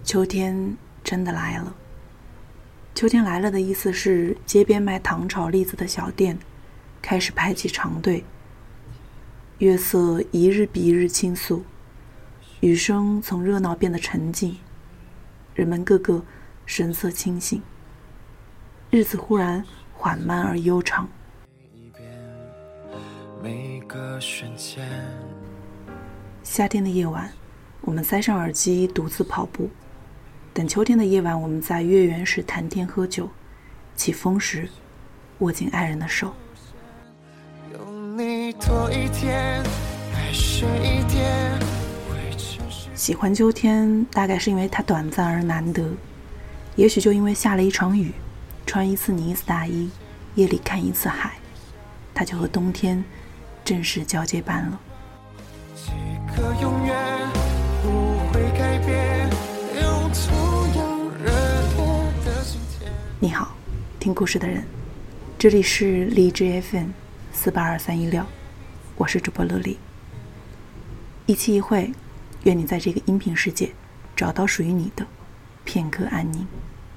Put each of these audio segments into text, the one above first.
秋天真的来了。秋天来了的意思是，街边卖糖炒栗子的小店开始排起长队，月色一日比一日清素，雨声从热闹变得沉静，人们个个神色清醒，日子忽然缓慢而悠长。夏天的夜晚，我们塞上耳机独自跑步，等秋天的夜晚，我们在月圆时谈天喝酒，起风时握紧爱人的手。喜欢秋天，大概是因为它短暂而难得，也许就因为下了一场雨，穿一次呢子大衣，夜里看一次海，它就和冬天正式交接班了。几个永远不会改变，用同样热烈的心田。你好，听故事的人，这里是荔枝 FM482-316，我是主播乐丽。一期一会，愿你在这个音频世界找到属于你的片刻安宁。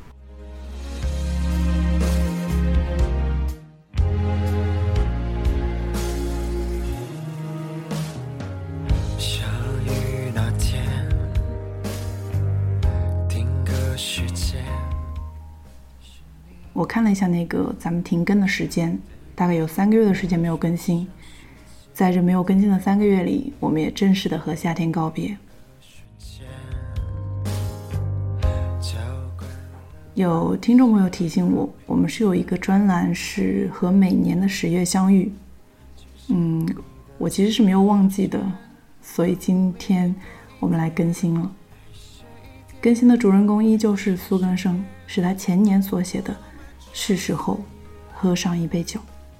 我看了一下那个咱们停更的时间，大概有3个月的时间没有更新。在这没有更新的3个月里，我们也正式的和夏天告别。有听众朋友提醒我，我们是有一个专栏是和每年的10月相遇。我其实是没有忘记的，所以今天我们来更新了。更新的主人公依旧是苏根生，是他前年所写的是时候喝上一杯酒。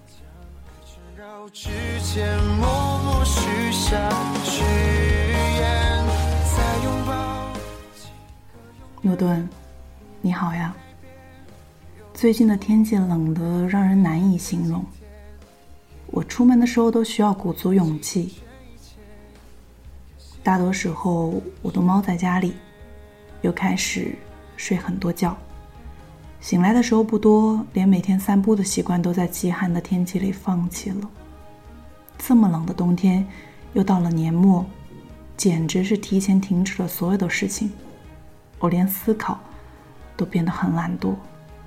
诺顿，你好呀。最近的天气冷得让人难以形容，我出门的时候都需要鼓足勇气。大多时候我都猫在家里，又开始睡很多觉，醒来的时候不多，连每天散步的习惯都在极寒的天气里放弃了。这么冷的冬天，又到了年末，简直是提前停止了所有的事情，我连思考都变得很懒惰。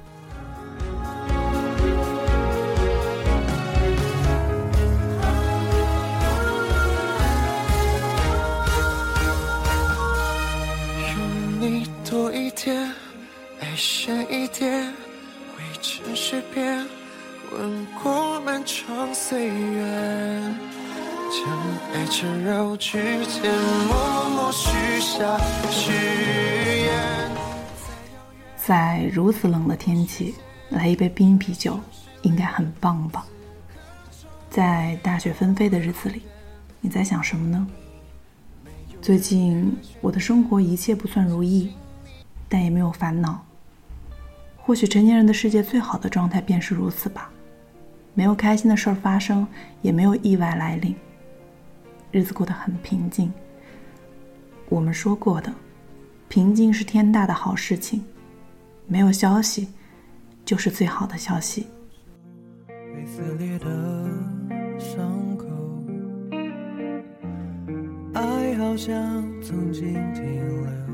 多一点，爱深一点，为城市变，吻过漫长岁月，将爱缠绕指尖，默默许下誓言。在如此冷的天气，来一杯冰啤酒应该很棒吧？在大雪纷飞的日子里，你在想什么呢？最近我的生活一切不算如意，但也没有烦恼。或许成年人的世界最好的状态便是如此吧，没有开心的事儿发生，也没有意外来临，日子过得很平静。我们说过的，平静是天大的好事情，没有消息就是最好的消息。被撕裂的伤口，爱好像曾经停留。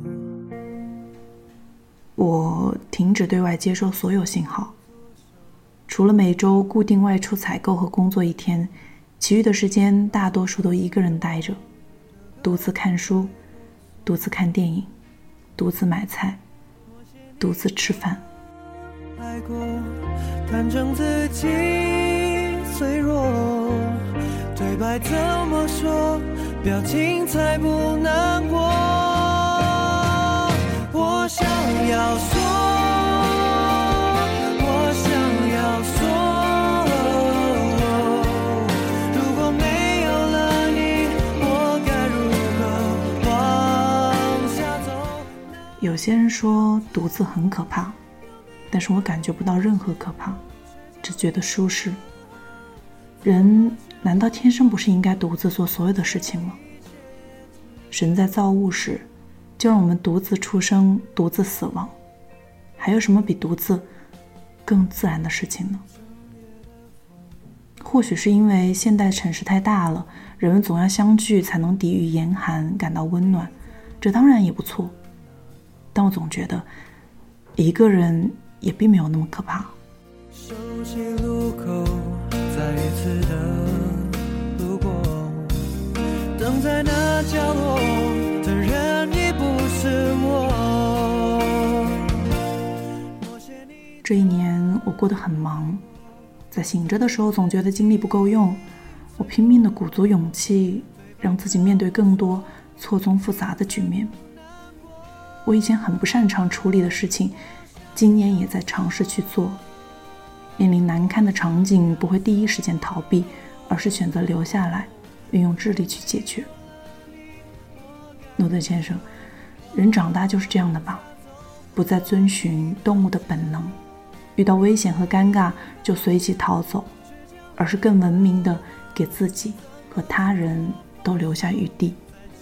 我停止对外接收所有信号，除了每周固定外出采购和工作1天，其余的时间大多数都一个人待着，独自看书，独自看电影，独自买菜，独自吃饭。爱过，坦诚自己脆弱，对白怎么说，表情才不难过。我想要说，我想要说，如果没有了你，我该如何往下走？有些人说独自很可怕，但是我感觉不到任何可怕，只觉得舒适。人难道天生不是应该独自做所有的事情吗？神在造物时就让我们独自出生，独自死亡。还有什么比独自更自然的事情呢？或许是因为现代城市太大了，人们总要相聚才能抵御严寒，感到温暖，这当然也不错。但我总觉得一个人也并没有那么可怕。 熟悉路口，再一次的路过，等在那角落的人已不是我。 这一年我过得很忙，在醒着的时候总觉得精力不够用，我拼命地鼓足勇气，让自己面对更多错综复杂的局面。我以前很不擅长处理的事情，今年也在尝试去做。面临难堪的场景，不会第一时间逃避，而是选择留下来，运用智力去解决。诺顿先生，人长大就是这样的吧，不再遵循动物的本能，遇到危险和尴尬就随即逃走，而是更文明的给自己和他人都留下余地。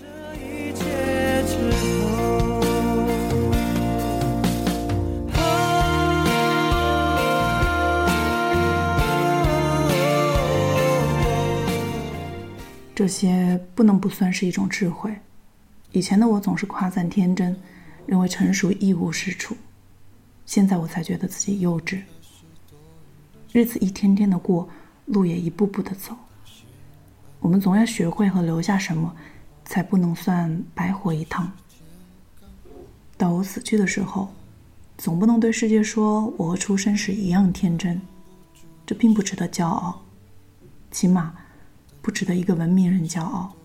这些不能不算是一种智慧。以前的我总是夸赞天真，认为成熟一无是处，现在我才觉得自己幼稚。日子一天天的过，路也一步步的走，我们总要学会和留下什么，才不能算白活一趟。到我死去的时候，总不能对世界说我和出生时一样天真，这并不值得骄傲，起码不值得一个文明人骄傲。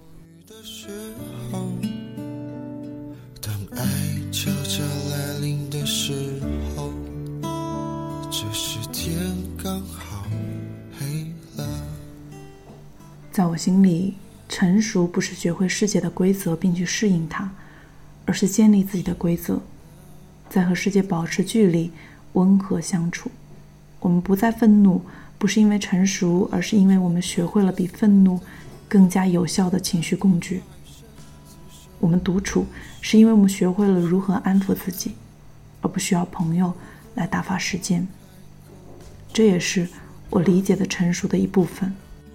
当爱悄悄来临的时候，这时天刚好黑了。 在我心里，成熟不是学会世界的规则并去适应它，而是建立自己的规则，在和世界保持距离，温和相处。我们不再愤怒，不是因为成熟，而是因为我们学会了比愤怒更加有效的情绪工具。我们独处，是因为我们学会了如何安抚自己，而不需要朋友来打发时间。这也是我理解的成熟的一部分。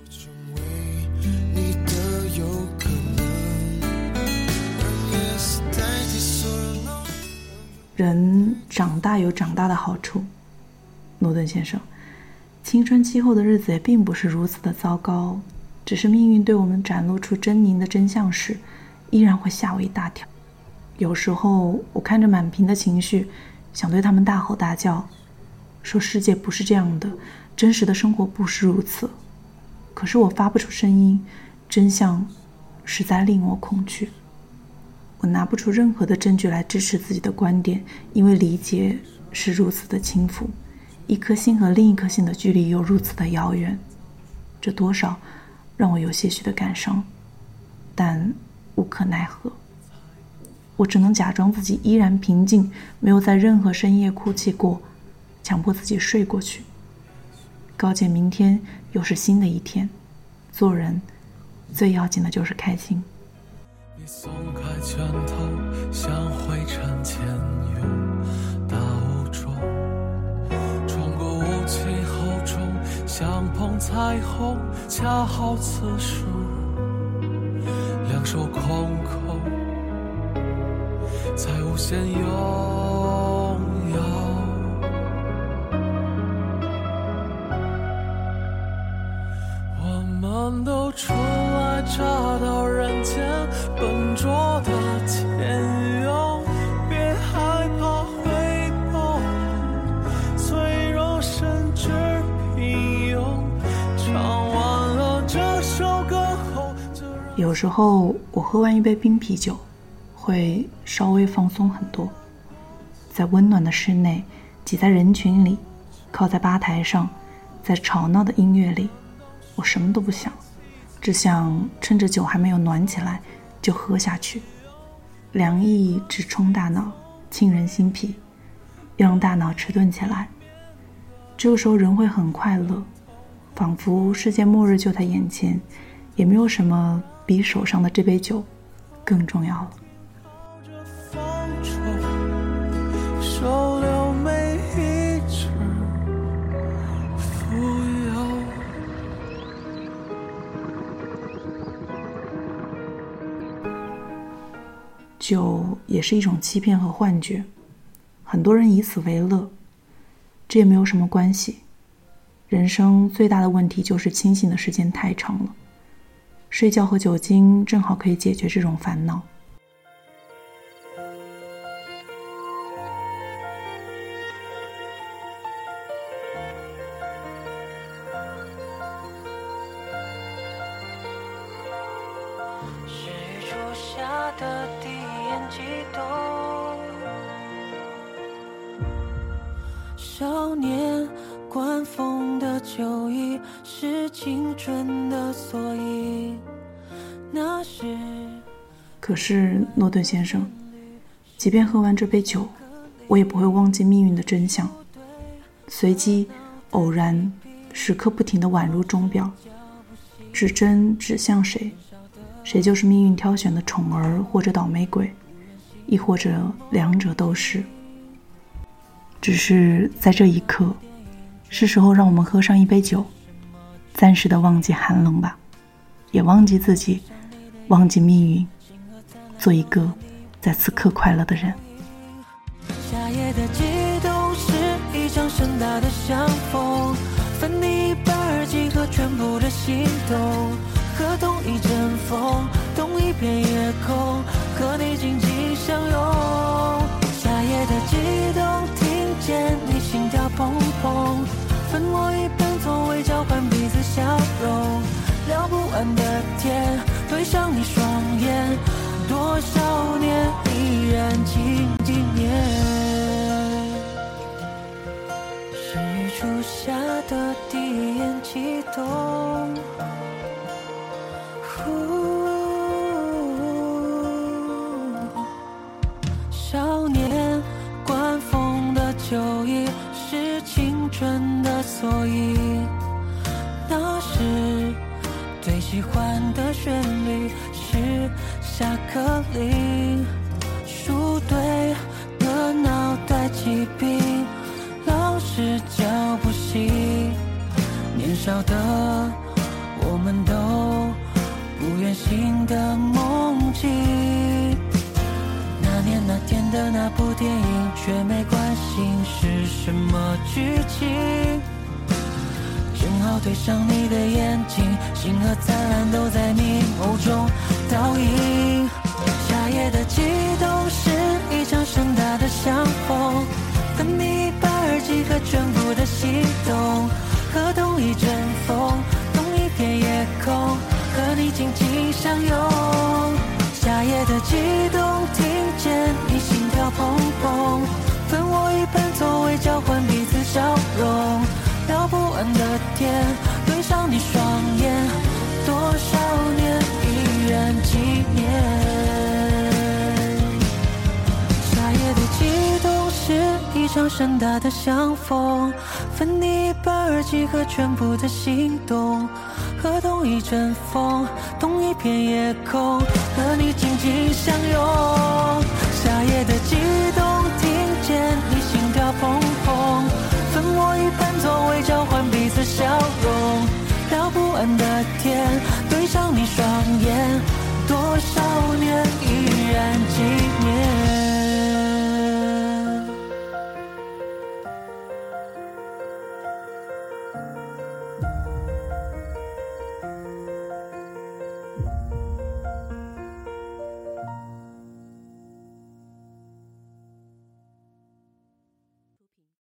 人长大有长大的好处，诺顿先生，青春期后的日子也并不是如此的糟糕，只是命运对我们展露出狰狞的真相时，依然会吓我一大跳。有时候我看着满屏的情绪，想对他们大吼大叫，说世界不是这样的，真实的生活不是如此。可是我发不出声音，真相实在令我恐惧。我拿不出任何的证据来支持自己的观点，因为理解是如此的轻浮，一颗心和另一颗心的距离又如此的遥远，这多少让我有些许的感伤，但无可奈何。我只能假装自己依然平静，没有在任何深夜哭泣过，强迫自己睡过去，告诫明天又是新的一天。做人最要紧的就是开心。 你松开拳头，像灰尘潜涌到中，穿过雾气厚重，像碰彩虹，恰好此时两手空空，才无限拥有。我们都初来乍到人间，笨拙的天庸，别害怕回报，脆弱甚至平庸。唱完了这首歌后， 有时候我喝完一杯冰啤酒，会稍微放松很多，在温暖的室内，挤在人群里，靠在吧台上，在吵闹的音乐里，我什么都不想，只想趁着酒还没有暖起来就喝下去。凉意直冲大脑，沁人心脾，让大脑迟钝起来。这个时候人会很快乐，仿佛世界末日就在眼前，也没有什么比手上的这杯酒更重要了。 收留每一只蜉蝣。 酒也是一种欺骗和幻觉，很多人以此为乐，这也没有什么关系。人生最大的问题就是清醒的时间太长了，睡觉和酒精正好可以解决这种烦恼。 是雨初夏的第一眼悸动，少年观风的酒意是青春的缩影。那时可是诺顿先生，即便喝完这杯酒，我也不会忘记命运的真相。随机、偶然、时刻不停地宛如钟表，指针指向谁，谁就是命运挑选的宠儿或者倒霉鬼，亦或者两者都是。只是在这一刻，是时候让我们喝上一杯酒，暂时的忘记寒冷吧，也忘记自己，忘记命运，做一个在此刻快乐的人。 夏夜的悸动是一场盛大的相逢，分你一半儿即可全部的心动，和同一阵风，同一片夜空，和你紧紧相拥。夏夜的悸动，听见你心跳砰砰，分我一半，从未交换彼此笑容，聊不完的天，对上你双眼，多少年依然纪念。是雨初夏的第一眼悸动，少年观风的酒意是青春的缩影。那时最喜欢的旋律是下课铃，数对的脑袋疾病，老师教不习，年少的我们都不愿醒的梦境。那年那天的那部电影，却没关心是什么剧情，正好对上你的眼睛，星河灿烂都在你眸中倒影。夏夜的悸动是一场盛大的相逢，分你一半儿即可全部的心动，和同一阵风，同一片夜空，和你紧紧相拥。夏夜的悸动，听见你心跳砰砰，分我一半，从未交换彼此笑容，聊不完的天，对上你双眼，多少年依然纪念。夏夜的悸动是一场盛大的相逢，分你一半儿即可全部的心动，和同一阵风，同一片夜空，和你紧紧相拥。夏夜的悸动，听见你心跳砰砰，分我一半，从未交换